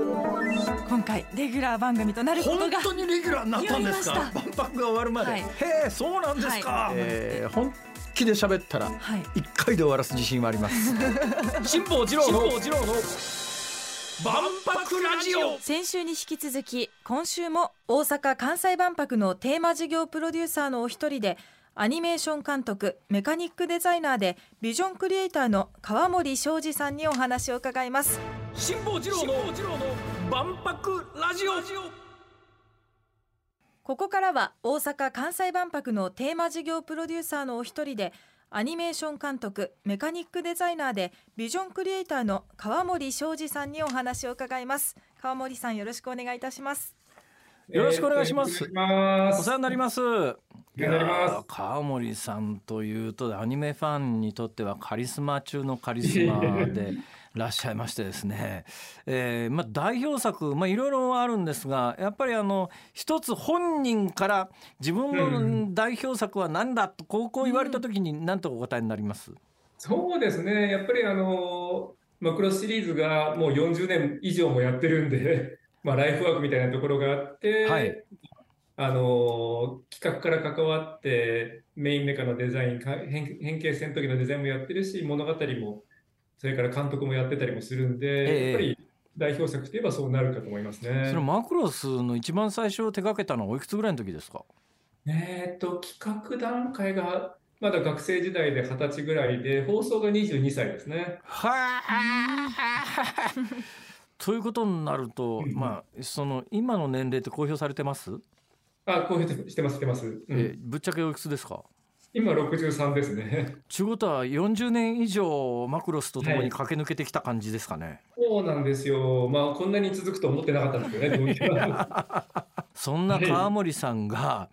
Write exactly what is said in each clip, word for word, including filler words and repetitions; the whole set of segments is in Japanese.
今回レギュラー番組となることが本当にレギュラーになったんですか？万博が終わるまで、はい、へえそうなんですか、はい、えー、本気で喋ったらいっかいで終わらす自信はあります辛坊治郎の万博ラジオ。 先週に引き続き今週も大阪・関西万博のテーマ事業プロデューサーのお一人でアニメーション監督、メカニックデザイナーでビジョンクリエイターの川森昌司さんにお話を伺います。 辛坊治郎の万博ラジオ。 ここからは大阪・関西万博のテーマ事業プロデューサーのお一人でアニメーション監督、メカニックデザイナーでビジョンクリエイターの川森昌司さんにお話を伺います。川森さん、よろしくお願いいたします。 よろしくお願いします、えー、お世話になります。 いや川森さんというとアニメファンにとってはカリスマ中のカリスマでいらっしゃいましてですね、えーまあ、代表作、まあ、いろいろあるんですが、やっぱりあの一つ本人から自分の代表作は何だとこうこう言われた時に何とお答えになります？ うん、そうですね、やっぱりあのマクロスシリーズがもうよんじゅうねん以上もやってるんでまあライフワークみたいなところがあって、はい、あの企画から関わってメインメカのデザイン、変, 変形戦闘機のデザインもやってるし、物語もそれから監督もやってたりもするんで、ええ、やっぱり代表作といえばそうなるかと思いますね。 そのマクロスの一番最初手掛けたのはおいくつぐらいの時ですか？ えー、っと企画段階がまだ学生時代ではたちぐらいで、放送がにじゅうにさいですね。 はあということになると、うん、まあ、その今の年齢って公表されてます？ あ、公表してますしてます、うん、 えぶっちゃけおいくつですか？ 今ろくじゅうさんですね。 ということはよんじゅうねん以上マクロスとともに駆け抜けてきた感じですかね。はい、 そうなんですよ。まあこんなに続くと思ってなかったんですよねそんな川森さんが、はい、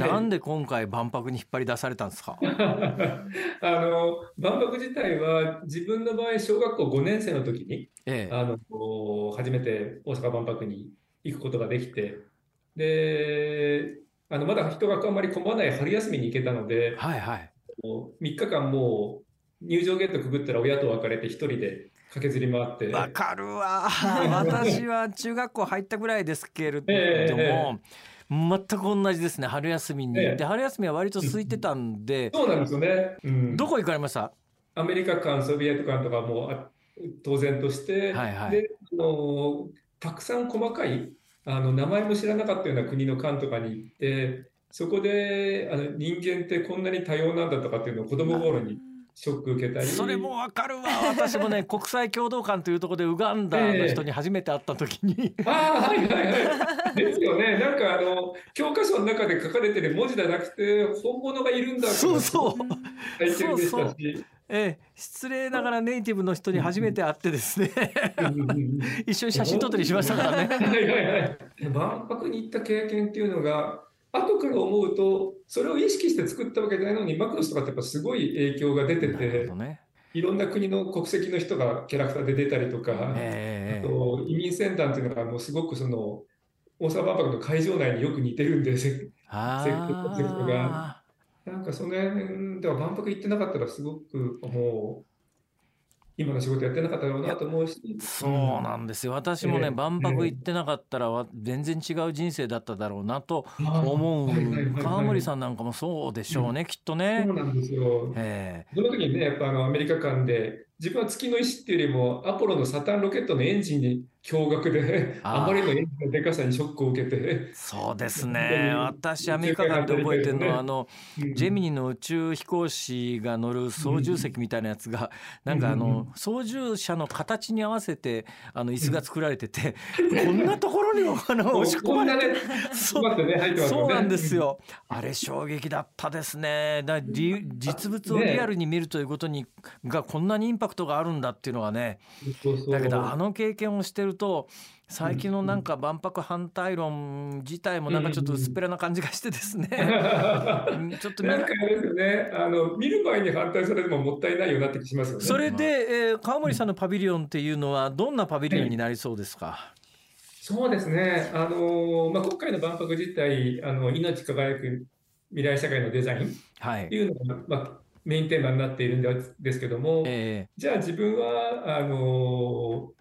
なんで今回万博に引っ張り出されたんですか？ あの万博自体は自分の場合小学校ごねん生の時に、ええ、あの初めて大阪万博に行くことができて、であのまだ人があんまり混まない春休みに行けたので、 はいはい、 みっかかんもう入場ゲートくぐったら親と別れて一人で駆けずり回って。 わかるわ私は中学校入ったぐらいですけれども、えー、全く同じですね。春休みに行って、えー、春休みは割と空いてたんで、 そうなんですよね、うん、 どこ行かれました？ アメリカ館、ソビエト館とかも当然として、はいはい、であのたくさん細かいあの名前も知らなかったような国の館とかに行って、そこであの人間ってこんなに多様なんだとかっていうのを子供頃にショック受けたり。 それもわかるわ。私もね国際共同館というところでウガンダの人に初めて会った時に、 えー、ああはいはいはいですよね。なんかあの教科書の中で書かれてる文字じゃなくて本物がいるんだってそうそう体験でしたし、 ええ、失礼ながらネイティブの人に初めて会ってですね一緒に写真撮ったりしましたからねはいはいはい、万博に行った経験っていうのが後から思うと、それを意識して作ったわけじゃないのにマクロスとかってやっぱすごい影響が出てて、ね、いろんな国の国籍の人がキャラクターで出たりとか、えー、あと移民船団っていうのがもうすごくその大阪万博の会場内によく似てるんで、セクトがなんかその辺では万博行ってなかったらすごくもう今の仕事やってなかったろうなと思うし。 そうなんですよ。私もね、えー、万博行ってなかったら全然違う人生だっただろうなと思う。川森さんなんかもそうでしょうね、うん、きっとね。 そうなんですよ。えー、その時にね、やっぱあのアメリカ館で自分は月の石っていうよりもアポロのサタンロケットのエンジンに驚愕であまりのエンジンのでかさにショックを受けて。 そうですね。私アメリカ館で覚えてるのはあの、うん、ジェミニの宇宙飛行士が乗る操縦席みたいなやつが、うん、なんかあの操縦者の形に合わせてあの椅子が作られてて、うん、こんなところにあの押し込まれて、そうなんですよ。あれ衝撃だったですね。だ実物をリアルに見るということにがこんなにインパクトがあるんだっていうのがね。だけどあの経験をしてると最近のなんか万博反対論自体もなんかちょっと薄っぺらな感じがしてですねちょっとなんかあれですよね、あの見る前に反対されてももったいないようになってきますよね。 それで、えー、川森さんのパビリオンっていうのはどんなパビリオンになりそうですか？はい、 そうですね、あの、まあ、今回の万博自体あの命輝く未来社会のデザインっていうのが、はい、まあ、メインテーマになっているんですけども、えー、じゃあ自分はあの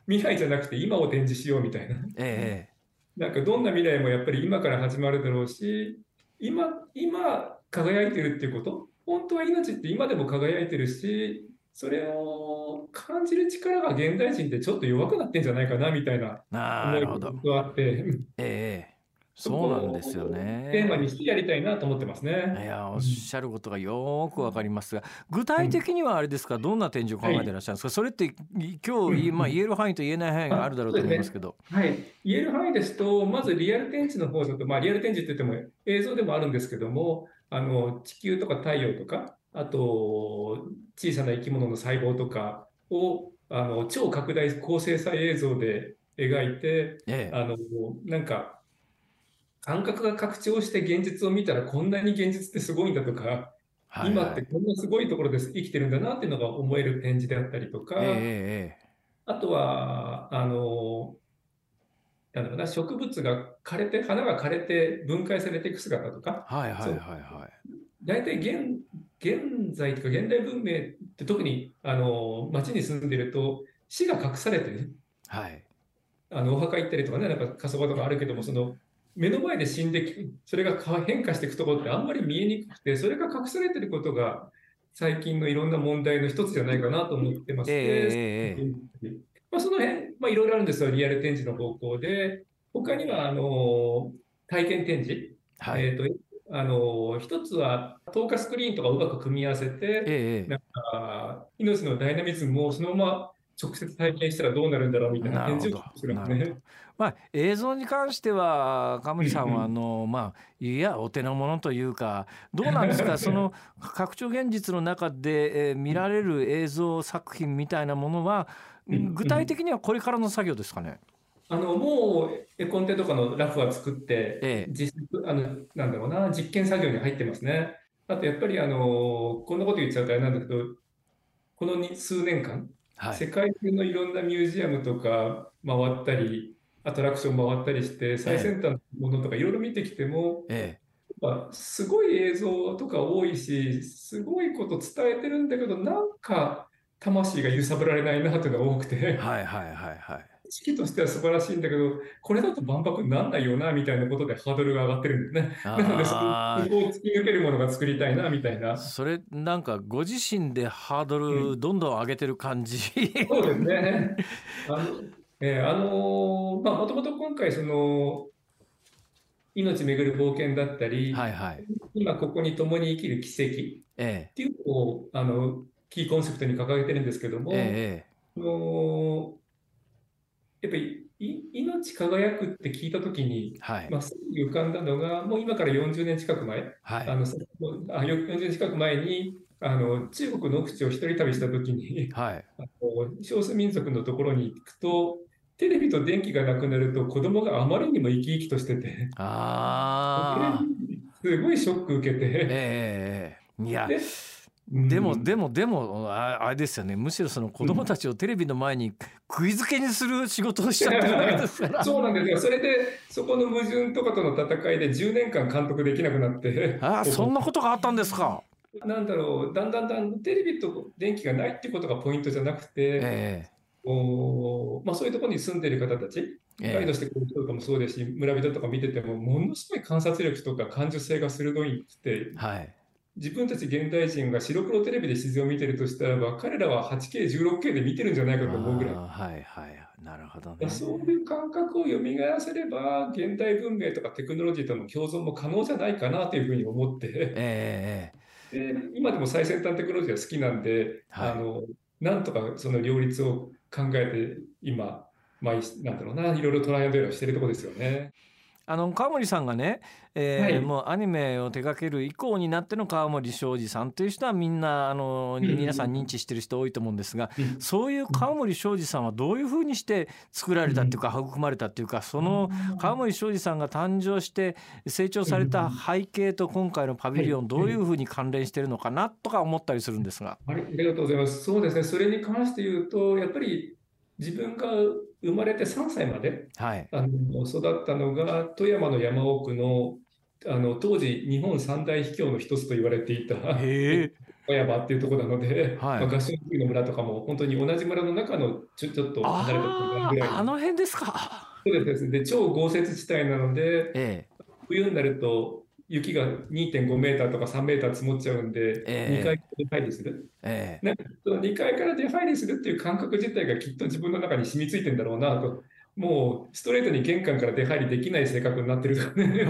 未来じゃなくて今を展示しようみたいな。 ええ、なんかどんな未来もやっぱり今から始まるだろうし、今、今輝いてるっていうこと、本当は命って今でも輝いてるし、それを感じる力が現代人ってちょっと弱くなってんじゃないかなみたいな思いがあって、 ええ、そうなんですよね。 テーマにしてやりたいなと思ってますね。 いや、おっしゃることがよくわかりますが、具体的にはあれですか、どんな展示を考えていらっしゃるんですか。はい、それって今日、まあ、言える範囲と言えない範囲があるだろうと思いますけど。 はい、言える範囲ですと、まずリアル展示の方だと、まあ、リアル展示って言っても映像でもあるんですけども、あの地球とか太陽とか、あと小さな生き物の細胞とかをあの超拡大高精細映像で描いて、ええ、あのなんか感覚が拡張して現実を見たらこんなに現実ってすごいんだとか、はいはい、今ってこんなすごいところで生きてるんだなっていうのが思える展示であったりとか、ええ、あとはあのなんだろうな、植物が枯れて、花が枯れて分解されていく姿とか、はいはいはいはい。大体現、現在とか現代文明って特にあの街に住んでると死が隠されてる。はい。あのお墓行ったりとかね、なんか火葬場とかあるけども、その目の前で死んで、それが変化していくところってあんまり見えにくくて、それが隠されてることが最近のいろんな問題の一つじゃないかなと思ってまして、えーまあ、その辺、まあ、いろいろあるんですよ、リアル展示の方向で。他には、あの、体験展示。はい、えっと、あの、一つは、透過スクリーンとかをうまく組み合わせて、えー、なんか、命のダイナミズムをそのまま直接体験したらどうなるんだろうみたいな展示をするんですね。 まあ、映像に関してはカムリさんはあの、うん、まあいやお手の物というかどうなんですかその拡張現実の中で、えー、見られる映像作品みたいなものは具体的にはこれからの作業ですかね。 あのもう絵コンテとかのラフは作って、ええ、実あのなんだろうな実験作業に入ってますね。あとやっぱりあのこんなこと言っちゃうとあれなんだけど、この数年間、はい、世界中のいろんなミュージアムとか回ったりアトラクション回ったりして最先端のものとかいろいろ見てきても、ええ、やっぱすごい映像とか多いしすごいこと伝えてるんだけどなんか魂が揺さぶられないなっていうのが多くて。はいはいはいはい。意識としては素晴らしいんだけど、これだと万博にならないよなみたいなことでハードルが上がってるんですね。なので、そこを突き抜けるものが作りたいなみたいな。 それ、なんかご自身でハードルどんどん上げてる感じ。 うん、そうですね。あの、えー、あのまあ、もともと今回、その、命めぐる冒険だったり、はいはい、今ここに共に生きる奇跡っていうのを、ええ、あのキーコンセプトに掲げてるんですけども、ええ、あのやっぱり命輝くって聞いたときに、はい、まあ、すぐ浮かんだのが、もう今からよんじゅうねん近く前、はい、あのあよんじゅうねん近く前にあの中国の奥地を一人旅したときに、はい、あの少数民族のところに行くと、テレビと電気がなくなると子供があまりにも生き生きとしてて、あすごいショック受けて、 えー、いやでもでもでもあれですよね、むしろその子どもたちをテレビの前に釘付けにする仕事をしちゃってるわけですからそうなんですよ。それでそこの矛盾とかとの戦いでじゅうねんかん監督できなくなってああそんなことがあったんですか。 なんだろう、だんだんだんテレビと電気がないってことがポイントじゃなくて、えーおまあ、そういうところに住んでいる方たち、ガイドしてくれる人とかもそうですし、村人とか見ててもものすごい観察力とか感受性が鋭いくて、はい、自分たち現代人が白黒テレビで自然を見てるとしたらば、彼らは はちケー、じゅうろくケー で見てるんじゃないかと思うぐらい。 はいはい、なるほどね。 そういう感覚を蘇らせれば、現代文明とかテクノロジーとの共存も可能じゃないかなというふうに思って、えー、で今でも最先端テクノロジーが好きなんで、はい、あのなんとかその両立を考えて今、まあ、なんだろうな、いろいろトライアンドエラーしてるところですよね。 あの川森さんがね、えーはい、もうアニメを手掛ける以降になっての川森庄司さんという人はみんなあの、うん、皆さん認知してる人多いと思うんですが、うん、そういう川森庄司さんはどういうふうにして作られたっていうか、うん、育まれたっていうか、その川森庄司さんが誕生して成長された背景と今回のパビリオンどういうふうに関連してるのかなとか思ったりするんですが。 ありがとうございます。そうですね、それに関して言うとやっぱり自分が生まれてさんさいまで、はい、あの育ったのが富山の山奥の、あの当時日本三大秘境の一つと言われていた小山っていうところなので、 はい、 まあ、合掌造りの村とかも本当に同じ村の中のちょ、ちょっと離れたところぐらい。 あの辺ですか。 そうですね。で、超豪雪地帯なので、 ええ、 冬になると雪が にてんごメーターとかさんメーター積もっちゃうんで、ええ、にかいから出入りする。ええ、なんかそのにかいから出入りするっていう感覚自体がきっと自分の中に染みついてんだろうなと。もうストレートに玄関から出入りできない性格になってるとかね。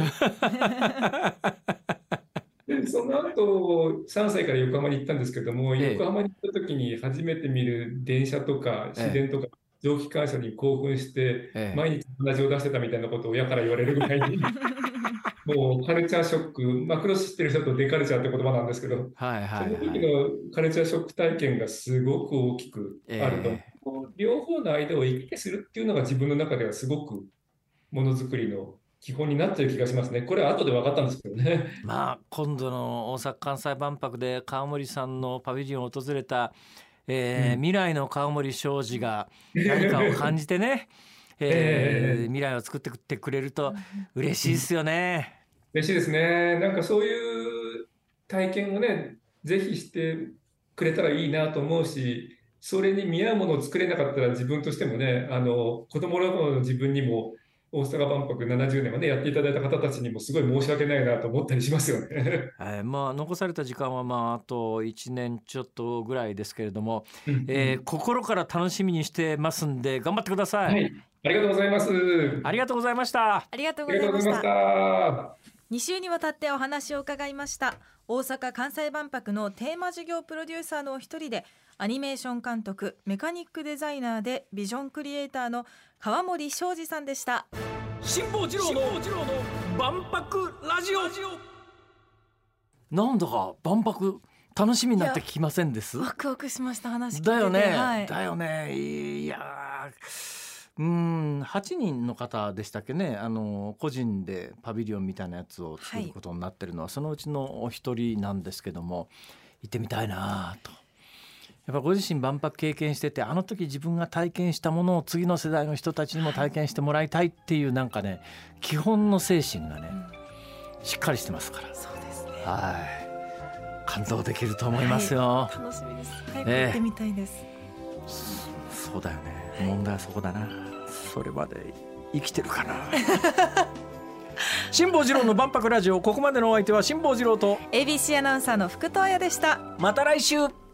でその後さんさいから横浜に行ったんですけども、ええ、横浜に行った時に初めて見る電車とか自然とか蒸気機関車に興奮して、ええ、毎日同じを出してたみたいなことを親から言われるぐらいにもうカルチャーショック、まあ、クロス知ってる人だとデカルチャーって言葉なんですけど、はいはいはい、その時のカルチャーショック体験がすごく大きくあると、えー、両方の間を行き来するっていうのが自分の中ではすごくものづくりの基本になってる気がしますね。これは後で分かったんですけどね。 まあ今度の大阪・関西万博で川森さんのパビリオンを訪れた、えーうん、未来の川森商事が何かを感じてね、えーえー、未来を作ってってくれると嬉しいですよね。 嬉しいですね。なんかそういう体験をね、ぜひしてくれたらいいなと思うし、それに見合うものを作れなかったら自分としてもね、あの子供の頃の自分にも大阪万博ななじゅうねんをねやっていただいた方たちにもすごい申し訳ないなと思ったりしますよね。 はい、まあ残された時間はまああといちねんちょっとぐらいですけれども、うんうん、えー、心から楽しみにしてますんで頑張ってください。はい、 ありがとうございます。 ありがとうございました。 ありがとうございました。に週にわたってお話を伺いました。大阪・関西万博のテーマ事業プロデューサーのお一人で、アニメーション監督、メカニックデザイナーでビジョンクリエイターの川森昌司さんでした。 辛坊治郎の万博ラジオ。なんだか万博楽しみになってきませんです？ ワクワクしました。話聞いてて。 だよね、 はい、 だよね。いやうーんはちにんの方でしたっけね、あの個人でパビリオンみたいなやつを作ることになってるのは、はい、そのうちのお一人なんですけども、行ってみたいなと。やっぱご自身万博経験してて、あの時自分が体験したものを次の世代の人たちにも体験してもらいたいっていう、なんかね基本の精神がね、うん、しっかりしてますから。 そうですね。 はい、感動できると思いますよ。 はい、楽しみです。早く行ってみたいです。 えー、そ, そうだよね、はい、問題はそこだな。それまで生きてるかな。辛坊治郎の万博ラジオ、ここまでのお相手は辛坊治郎とエービーシー アナウンサーの福藤彩でした。 また来週。